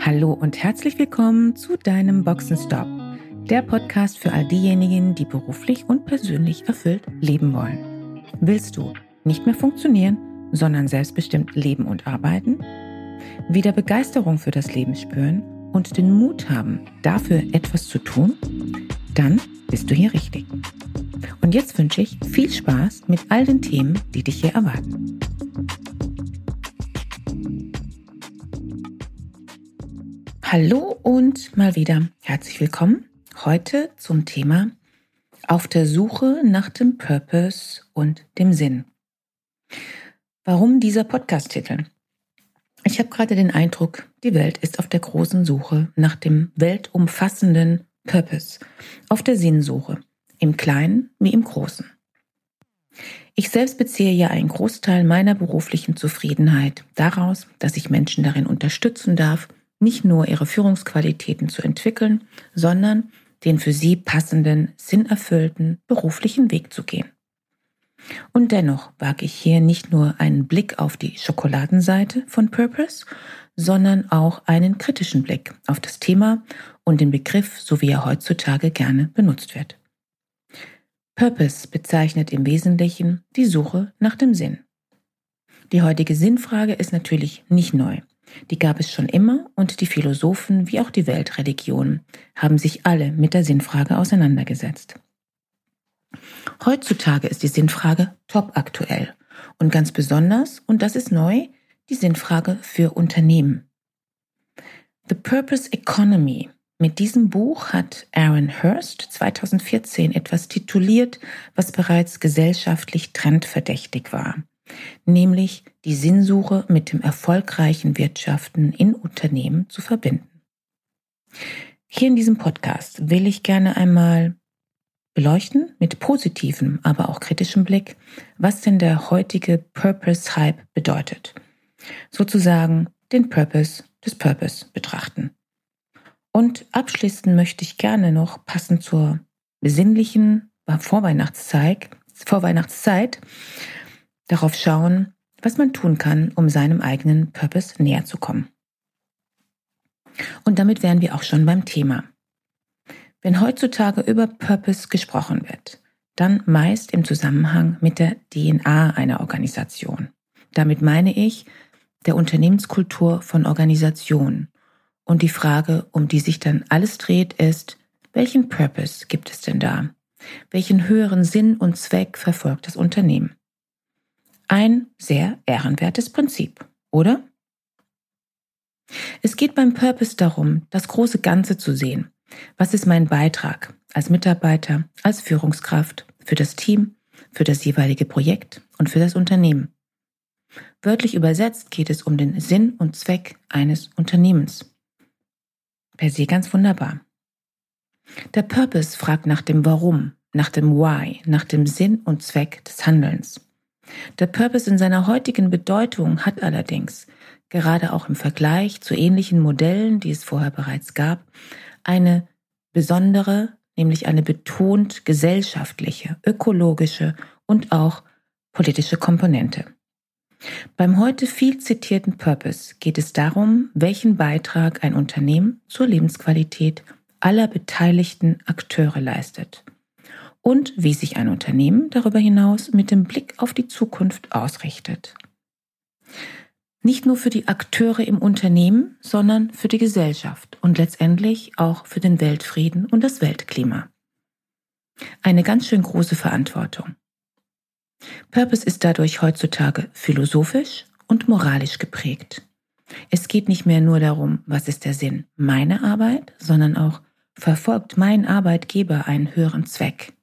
Hallo und herzlich willkommen zu deinem Boxenstopp, der Podcast für all diejenigen, die beruflich und persönlich erfüllt leben wollen. Willst du nicht mehr funktionieren, sondern selbstbestimmt leben und arbeiten? Wieder Begeisterung für das Leben spüren und den Mut haben, dafür etwas zu tun? Dann bist du hier richtig. Und jetzt wünsche ich viel Spaß mit all den Themen, die dich hier erwarten. Hallo und mal wieder herzlich willkommen. Heute zum Thema Auf der Suche nach dem Purpose und dem Sinn. Warum dieser Podcast-Titel? Ich habe gerade den Eindruck, die Welt ist auf der großen Suche nach dem weltumfassenden Purpose, auf der Sinnsuche, im Kleinen wie im Großen. Ich selbst beziehe ja einen Großteil meiner beruflichen Zufriedenheit daraus, dass ich Menschen darin unterstützen darf, nicht nur ihre Führungsqualitäten zu entwickeln, sondern den für sie passenden, sinnerfüllten beruflichen Weg zu gehen. Und dennoch wage ich hier nicht nur einen Blick auf die Schokoladenseite von Purpose, sondern auch einen kritischen Blick auf das Thema und den Begriff, so wie er heutzutage gerne benutzt wird. Purpose bezeichnet im Wesentlichen die Suche nach dem Sinn. Die heutige Sinnfrage ist natürlich nicht neu. Die gab es schon immer und die Philosophen wie auch die Weltreligionen haben sich alle mit der Sinnfrage auseinandergesetzt. Heutzutage ist die Sinnfrage topaktuell und ganz besonders, und das ist neu, die Sinnfrage für Unternehmen. The Purpose Economy. Mit diesem Buch hat Aaron Hurst 2014 etwas tituliert, was bereits gesellschaftlich trendverdächtig war, nämlich die Sinnsuche mit dem erfolgreichen Wirtschaften in Unternehmen zu verbinden. Hier in diesem Podcast will ich gerne einmal beleuchten, mit positivem, aber auch kritischem Blick, was denn der heutige Purpose-Hype bedeutet. Sozusagen den Purpose des Purpose betrachten. Und abschließend möchte ich gerne noch passend zur besinnlichen Vorweihnachtszeit darauf schauen, was man tun kann, um seinem eigenen Purpose näher zu kommen. Und damit wären wir auch schon beim Thema. Wenn heutzutage über Purpose gesprochen wird, dann meist im Zusammenhang mit der DNA einer Organisation. Damit meine ich der Unternehmenskultur von Organisationen. Und die Frage, um die sich dann alles dreht, ist, welchen Purpose gibt es denn da? Welchen höheren Sinn und Zweck verfolgt das Unternehmen? Ein sehr ehrenwertes Prinzip, oder? Es geht beim Purpose darum, das große Ganze zu sehen. Was ist mein Beitrag als Mitarbeiter, als Führungskraft, für das Team, für das jeweilige Projekt und für das Unternehmen? Wörtlich übersetzt geht es um den Sinn und Zweck eines Unternehmens. Per se ganz wunderbar. Der Purpose fragt nach dem Warum, nach dem Why, nach dem Sinn und Zweck des Handelns. Der Purpose in seiner heutigen Bedeutung hat allerdings, gerade auch im Vergleich zu ähnlichen Modellen, die es vorher bereits gab, eine besondere, nämlich eine betont gesellschaftliche, ökologische und auch politische Komponente. Beim heute viel zitierten Purpose geht es darum, welchen Beitrag ein Unternehmen zur Lebensqualität aller beteiligten Akteure leistet und wie sich ein Unternehmen darüber hinaus mit dem Blick auf die Zukunft ausrichtet. Nicht nur für die Akteure im Unternehmen, sondern für die Gesellschaft und letztendlich auch für den Weltfrieden und das Weltklima. Eine ganz schön große Verantwortung. Purpose ist dadurch heutzutage philosophisch und moralisch geprägt. Es geht nicht mehr nur darum, was ist der Sinn meiner Arbeit, sondern auch, verfolgt mein Arbeitgeber einen höheren Zweck?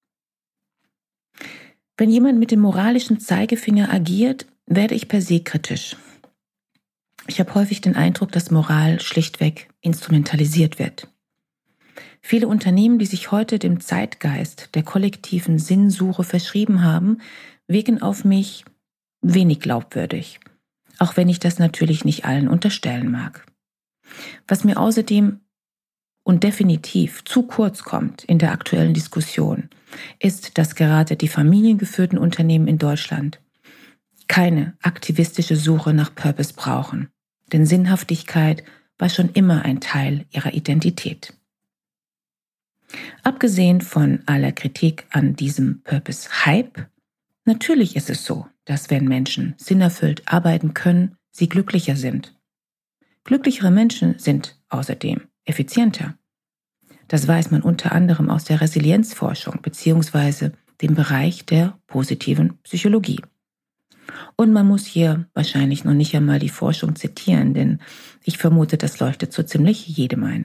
Wenn jemand mit dem moralischen Zeigefinger agiert, werde ich per se kritisch. Ich habe häufig den Eindruck, dass Moral schlichtweg instrumentalisiert wird. Viele Unternehmen, die sich heute dem Zeitgeist der kollektiven Sinnsuche verschrieben haben, wirken auf mich wenig glaubwürdig, auch wenn ich das natürlich nicht allen unterstellen mag. Was mir außerdem und definitiv zu kurz kommt in der aktuellen Diskussion, ist, dass gerade die familiengeführten Unternehmen in Deutschland keine aktivistische Suche nach Purpose brauchen. Denn Sinnhaftigkeit war schon immer ein Teil ihrer Identität. Abgesehen von aller Kritik an diesem Purpose-Hype, natürlich ist es so, dass wenn Menschen sinnerfüllt arbeiten können, sie glücklicher sind. Glücklichere Menschen sind außerdem effizienter. Das weiß man unter anderem aus der Resilienzforschung bzw. dem Bereich der positiven Psychologie. Und man muss hier wahrscheinlich noch nicht einmal die Forschung zitieren, denn ich vermute, das leuchtet so ziemlich jedem ein.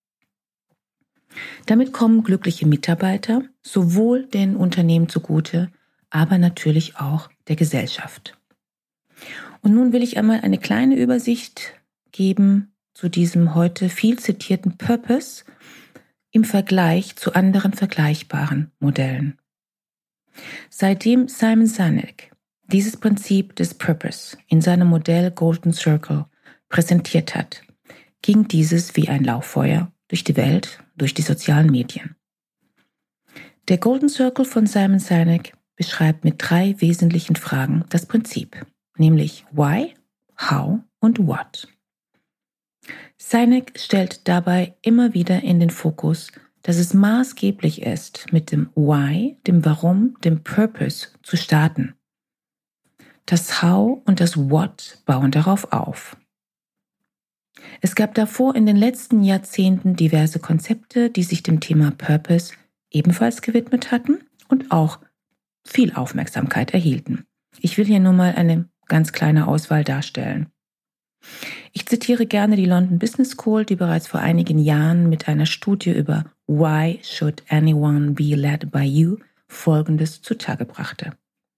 Damit kommen glückliche Mitarbeiter sowohl den Unternehmen zugute, aber natürlich auch der Gesellschaft. Und nun will ich einmal eine kleine Übersicht geben zu diesem heute viel zitierten Purpose im Vergleich zu anderen vergleichbaren Modellen. Seitdem Simon Sinek dieses Prinzip des Purpose in seinem Modell Golden Circle präsentiert hat, ging dieses wie ein Lauffeuer durch die Welt, durch die sozialen Medien. Der Golden Circle von Simon Sinek beschreibt mit 3 wesentlichen Fragen das Prinzip, nämlich Why, How und What. Sinek stellt dabei immer wieder in den Fokus, dass es maßgeblich ist, mit dem Why, dem Warum, dem Purpose zu starten. Das How und das What bauen darauf auf. Es gab davor in den letzten Jahrzehnten diverse Konzepte, die sich dem Thema Purpose ebenfalls gewidmet hatten und auch viel Aufmerksamkeit erhielten. Ich will hier nur mal eine ganz kleine Auswahl darstellen. Ich zitiere gerne die London Business School, die bereits vor einigen Jahren mit einer Studie über Why should anyone be led by you Folgendes zutage brachte.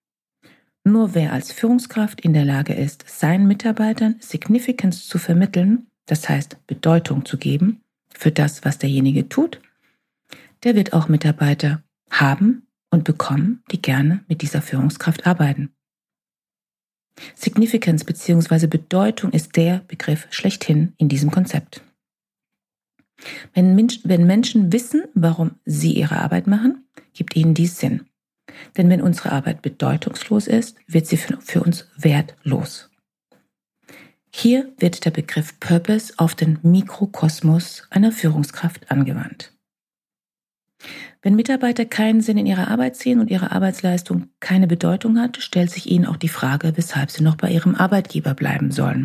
Nur wer als Führungskraft in der Lage ist, seinen Mitarbeitern Significance zu vermitteln, das heißt Bedeutung zu geben für das, was derjenige tut, der wird auch Mitarbeiter haben und bekommen, die gerne mit dieser Führungskraft arbeiten. Significance bzw. Bedeutung ist der Begriff schlechthin in diesem Konzept. Wenn Menschen wissen, warum sie ihre Arbeit machen, gibt ihnen dies Sinn. Denn wenn unsere Arbeit bedeutungslos ist, wird sie für uns wertlos. Hier wird der Begriff Purpose auf den Mikrokosmos einer Führungskraft angewandt. Wenn Mitarbeiter keinen Sinn in ihrer Arbeit sehen und ihre Arbeitsleistung keine Bedeutung hat, stellt sich ihnen auch die Frage, weshalb sie noch bei ihrem Arbeitgeber bleiben sollen.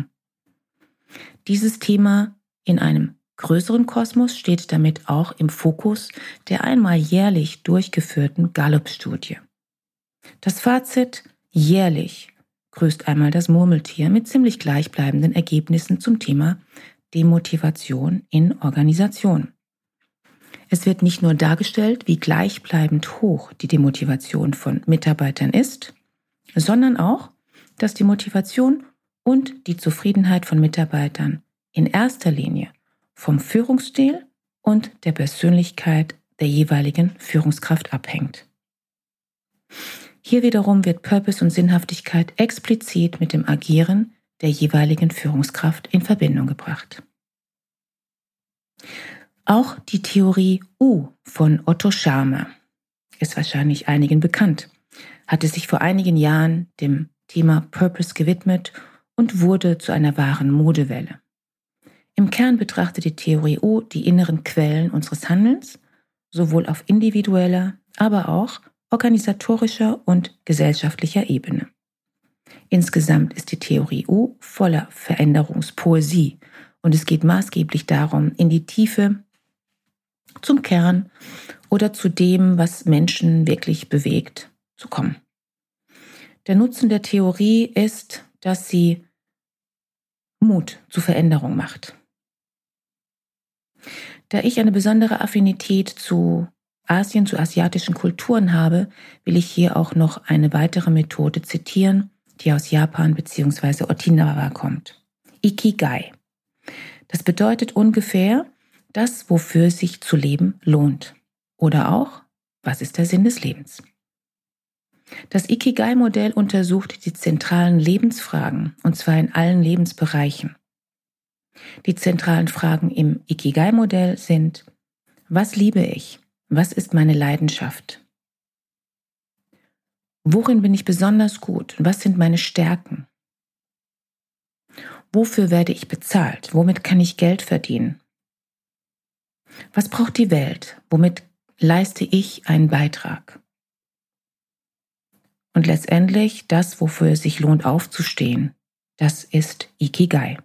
Dieses Thema in einem größeren Kosmos steht damit auch im Fokus der einmal jährlich durchgeführten Gallup-Studie. Das Fazit: jährlich grüßt einmal das Murmeltier mit ziemlich gleichbleibenden Ergebnissen zum Thema Demotivation in Organisationen. Es wird nicht nur dargestellt, wie gleichbleibend hoch die Demotivation von Mitarbeitern ist, sondern auch, dass die Motivation und die Zufriedenheit von Mitarbeitern in erster Linie vom Führungsstil und der Persönlichkeit der jeweiligen Führungskraft abhängt. Hier wiederum wird Purpose und Sinnhaftigkeit explizit mit dem Agieren der jeweiligen Führungskraft in Verbindung gebracht. Auch die Theorie U von Otto Scharmer ist wahrscheinlich einigen bekannt, hatte sich vor einigen Jahren dem Thema Purpose gewidmet und wurde zu einer wahren Modewelle. Im Kern betrachtet die Theorie U die inneren Quellen unseres Handelns, sowohl auf individueller, aber auch organisatorischer und gesellschaftlicher Ebene. Insgesamt ist die Theorie U voller Veränderungspoesie und es geht maßgeblich darum, in die Tiefe, zum Kern oder zu dem, was Menschen wirklich bewegt, zu kommen. Der Nutzen der Theorie ist, dass sie Mut zu Veränderung macht. Da ich eine besondere Affinität zu Asien, zu asiatischen Kulturen habe, will ich hier auch noch eine weitere Methode zitieren, die aus Japan bzw. Okinawa kommt. Ikigai. Das bedeutet ungefähr das, wofür es sich zu leben lohnt. Oder auch, was ist der Sinn des Lebens? Das Ikigai-Modell untersucht die zentralen Lebensfragen, und zwar in allen Lebensbereichen. Die zentralen Fragen im Ikigai-Modell sind: Was liebe ich? Was ist meine Leidenschaft? Worin bin ich besonders gut? Was sind meine Stärken? Wofür werde ich bezahlt? Womit kann ich Geld verdienen? Was braucht die Welt? Womit leiste ich einen Beitrag? Und letztendlich das, wofür es sich lohnt aufzustehen, das ist Ikigai.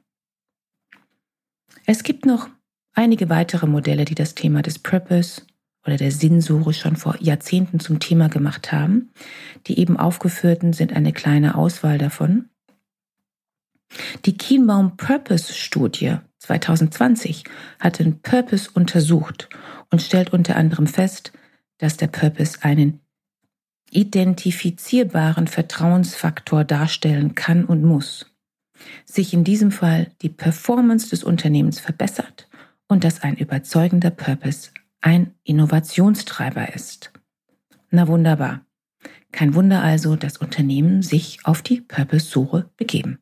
Es gibt noch einige weitere Modelle, die das Thema des Purpose oder der Sinnsuche schon vor Jahrzehnten zum Thema gemacht haben. Die eben aufgeführten sind eine kleine Auswahl davon. Die Kienbaum Purpose Studie 2020 hat den Purpose untersucht und stellt unter anderem fest, dass der Purpose einen identifizierbaren Vertrauensfaktor darstellen kann und muss, sich in diesem Fall die Performance des Unternehmens verbessert und dass ein überzeugender Purpose ein Innovationstreiber ist. Na wunderbar. Kein Wunder also, dass Unternehmen sich auf die Purpose-Suche begeben.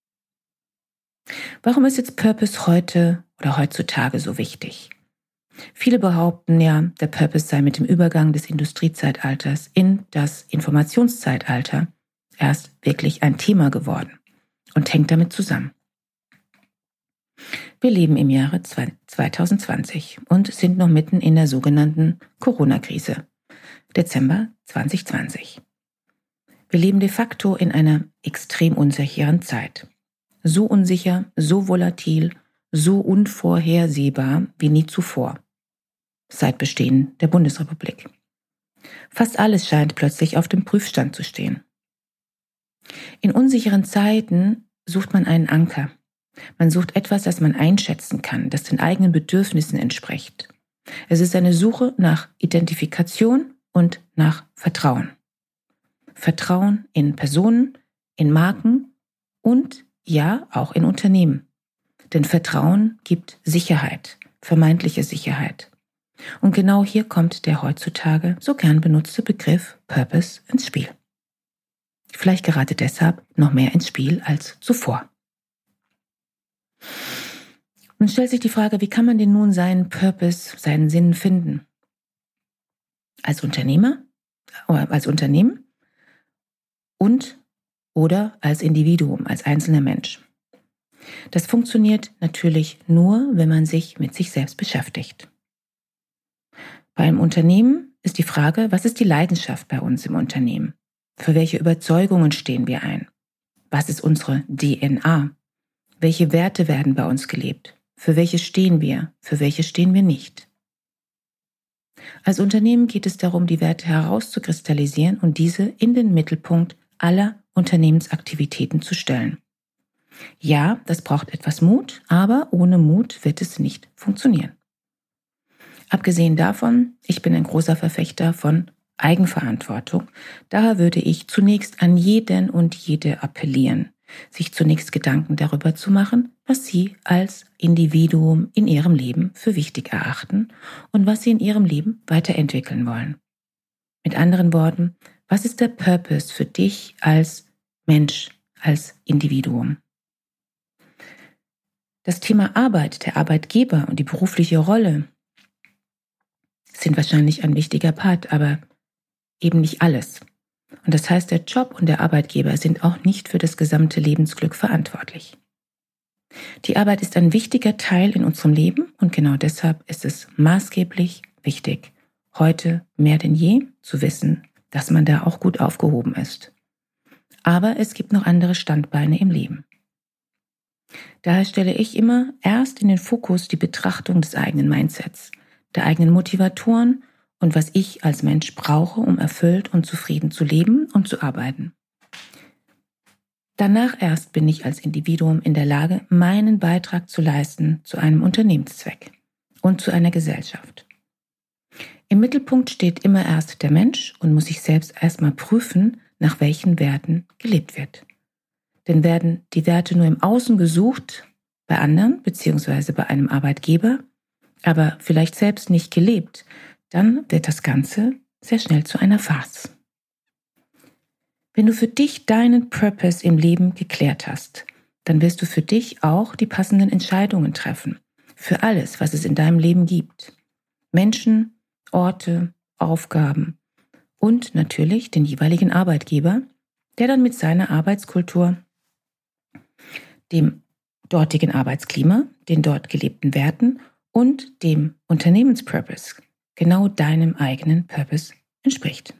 Warum ist jetzt Purpose heute oder heutzutage so wichtig? Viele behaupten ja, der Purpose sei mit dem Übergang des Industriezeitalters in das Informationszeitalter erst wirklich ein Thema geworden und hängt damit zusammen. Wir leben im Jahre 2020 und sind noch mitten in der sogenannten Corona-Krise, Dezember 2020. Wir leben de facto in einer extrem unsicheren Zeit. So unsicher, so volatil, so unvorhersehbar wie nie zuvor. Seit Bestehen der Bundesrepublik. Fast alles scheint plötzlich auf dem Prüfstand zu stehen. In unsicheren Zeiten sucht man einen Anker. Man sucht etwas, das man einschätzen kann, das den eigenen Bedürfnissen entspricht. Es ist eine Suche nach Identifikation und nach Vertrauen. Vertrauen in Personen, in Marken und ja, auch in Unternehmen. Denn Vertrauen gibt Sicherheit, vermeintliche Sicherheit. Und genau hier kommt der heutzutage so gern benutzte Begriff Purpose ins Spiel. Vielleicht gerade deshalb noch mehr ins Spiel als zuvor. Nun stellt sich die Frage, wie kann man denn nun seinen Purpose, seinen Sinn finden? Als Unternehmer, oder als Unternehmen und oder als Individuum, als einzelner Mensch. Das funktioniert natürlich nur, wenn man sich mit sich selbst beschäftigt. Bei einem Unternehmen ist die Frage, was ist die Leidenschaft bei uns im Unternehmen? Für welche Überzeugungen stehen wir ein? Was ist unsere DNA? Welche Werte werden bei uns gelebt? Für welche stehen wir? Für welche stehen wir nicht? Als Unternehmen geht es darum, die Werte herauszukristallisieren und diese in den Mittelpunkt aller Unternehmensaktivitäten zu stellen. Ja, das braucht etwas Mut, aber ohne Mut wird es nicht funktionieren. Abgesehen davon, ich bin ein großer Verfechter von Eigenverantwortung. Daher würde ich zunächst an jeden und jede appellieren, sich zunächst Gedanken darüber zu machen, was Sie als Individuum in Ihrem Leben für wichtig erachten und was Sie in Ihrem Leben weiterentwickeln wollen. Mit anderen Worten, was ist der Purpose für dich als Mensch, als Individuum? Das Thema Arbeit, der Arbeitgeber und die berufliche Rolle sind wahrscheinlich ein wichtiger Part, aber eben nicht alles. Und das heißt, der Job und der Arbeitgeber sind auch nicht für das gesamte Lebensglück verantwortlich. Die Arbeit ist ein wichtiger Teil in unserem Leben und genau deshalb ist es maßgeblich wichtig, heute mehr denn je zu wissen, dass man da auch gut aufgehoben ist. Aber es gibt noch andere Standbeine im Leben. Daher stelle ich immer erst in den Fokus die Betrachtung des eigenen Mindsets, der eigenen Motivatoren und was ich als Mensch brauche, um erfüllt und zufrieden zu leben und zu arbeiten. Danach erst bin ich als Individuum in der Lage, meinen Beitrag zu leisten zu einem Unternehmenszweck und zu einer Gesellschaft. Im Mittelpunkt steht immer erst der Mensch und muss sich selbst erstmal prüfen, nach welchen Werten gelebt wird. Denn werden die Werte nur im Außen gesucht, bei anderen bzw. bei einem Arbeitgeber, aber vielleicht selbst nicht gelebt, dann wird das Ganze sehr schnell zu einer Farce. Wenn du für dich deinen Purpose im Leben geklärt hast, dann wirst du für dich auch die passenden Entscheidungen treffen. Für alles, was es in deinem Leben gibt. Menschen, Orte, Aufgaben und natürlich den jeweiligen Arbeitgeber, der dann mit seiner Arbeitskultur dem dortigen Arbeitsklima, den dort gelebten Werten und dem Unternehmenspurpose, genau deinem eigenen Purpose entspricht.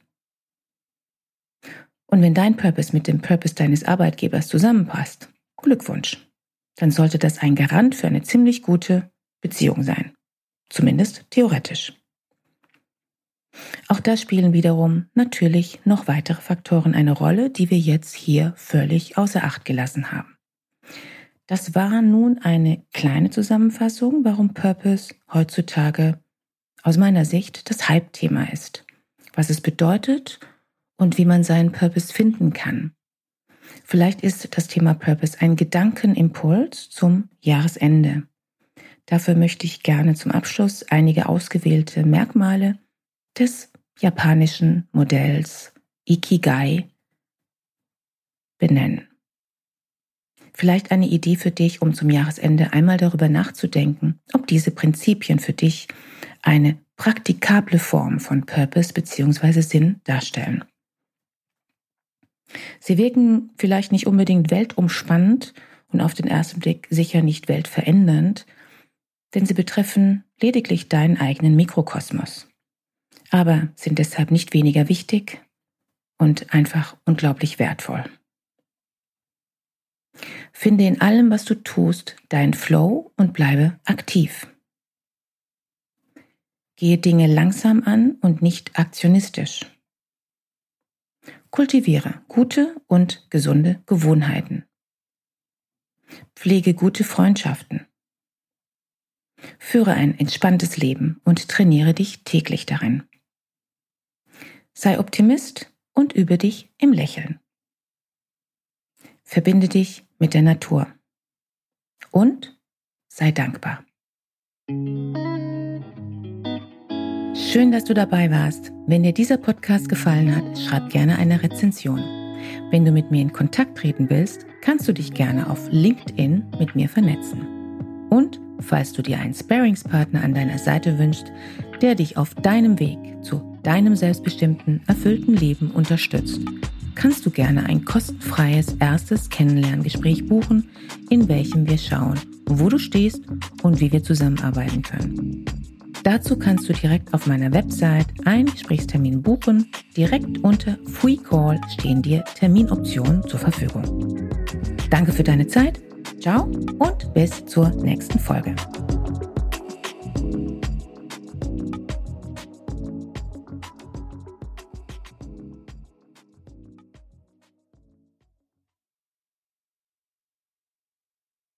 Und wenn dein Purpose mit dem Purpose deines Arbeitgebers zusammenpasst, Glückwunsch, dann sollte das ein Garant für eine ziemlich gute Beziehung sein. Zumindest theoretisch. Auch da spielen wiederum natürlich noch weitere Faktoren eine Rolle, die wir jetzt hier völlig außer Acht gelassen haben. Das war nun eine kleine Zusammenfassung, warum Purpose heutzutage aus meiner Sicht das Hype-Thema ist, was es bedeutet und wie man seinen Purpose finden kann. Vielleicht ist das Thema Purpose ein Gedankenimpuls zum Jahresende. Dafür möchte ich gerne zum Abschluss einige ausgewählte Merkmale des japanischen Modells Ikigai benennen. Vielleicht eine Idee für dich, um zum Jahresende einmal darüber nachzudenken, ob diese Prinzipien für dich eine praktikable Form von Purpose bzw. Sinn darstellen. Sie wirken vielleicht nicht unbedingt weltumspannend und auf den ersten Blick sicher nicht weltverändernd, denn sie betreffen lediglich deinen eigenen Mikrokosmos, aber sind deshalb nicht weniger wichtig und einfach unglaublich wertvoll. Finde in allem, was du tust, deinen Flow und bleibe aktiv. Gehe Dinge langsam an und nicht aktionistisch. Kultiviere gute und gesunde Gewohnheiten. Pflege gute Freundschaften. Führe ein entspanntes Leben und trainiere dich täglich darin. Sei Optimist und übe dich im Lächeln. Verbinde dich mit der Natur. Und sei dankbar. Schön, dass du dabei warst. Wenn dir dieser Podcast gefallen hat, schreib gerne eine Rezension. Wenn du mit mir in Kontakt treten willst, kannst du dich gerne auf LinkedIn mit mir vernetzen. Und falls du dir einen Sparringspartner an deiner Seite wünschst, der dich auf deinem Weg zu deinem selbstbestimmten, erfüllten Leben unterstützt, kannst du gerne ein kostenfreies erstes Kennenlerngespräch buchen, in welchem wir schauen, wo du stehst und wie wir zusammenarbeiten können. Dazu kannst du direkt auf meiner Website einen Gesprächstermin buchen. Direkt unter Free Call stehen dir Terminoptionen zur Verfügung. Danke für deine Zeit. Ciao und bis zur nächsten Folge.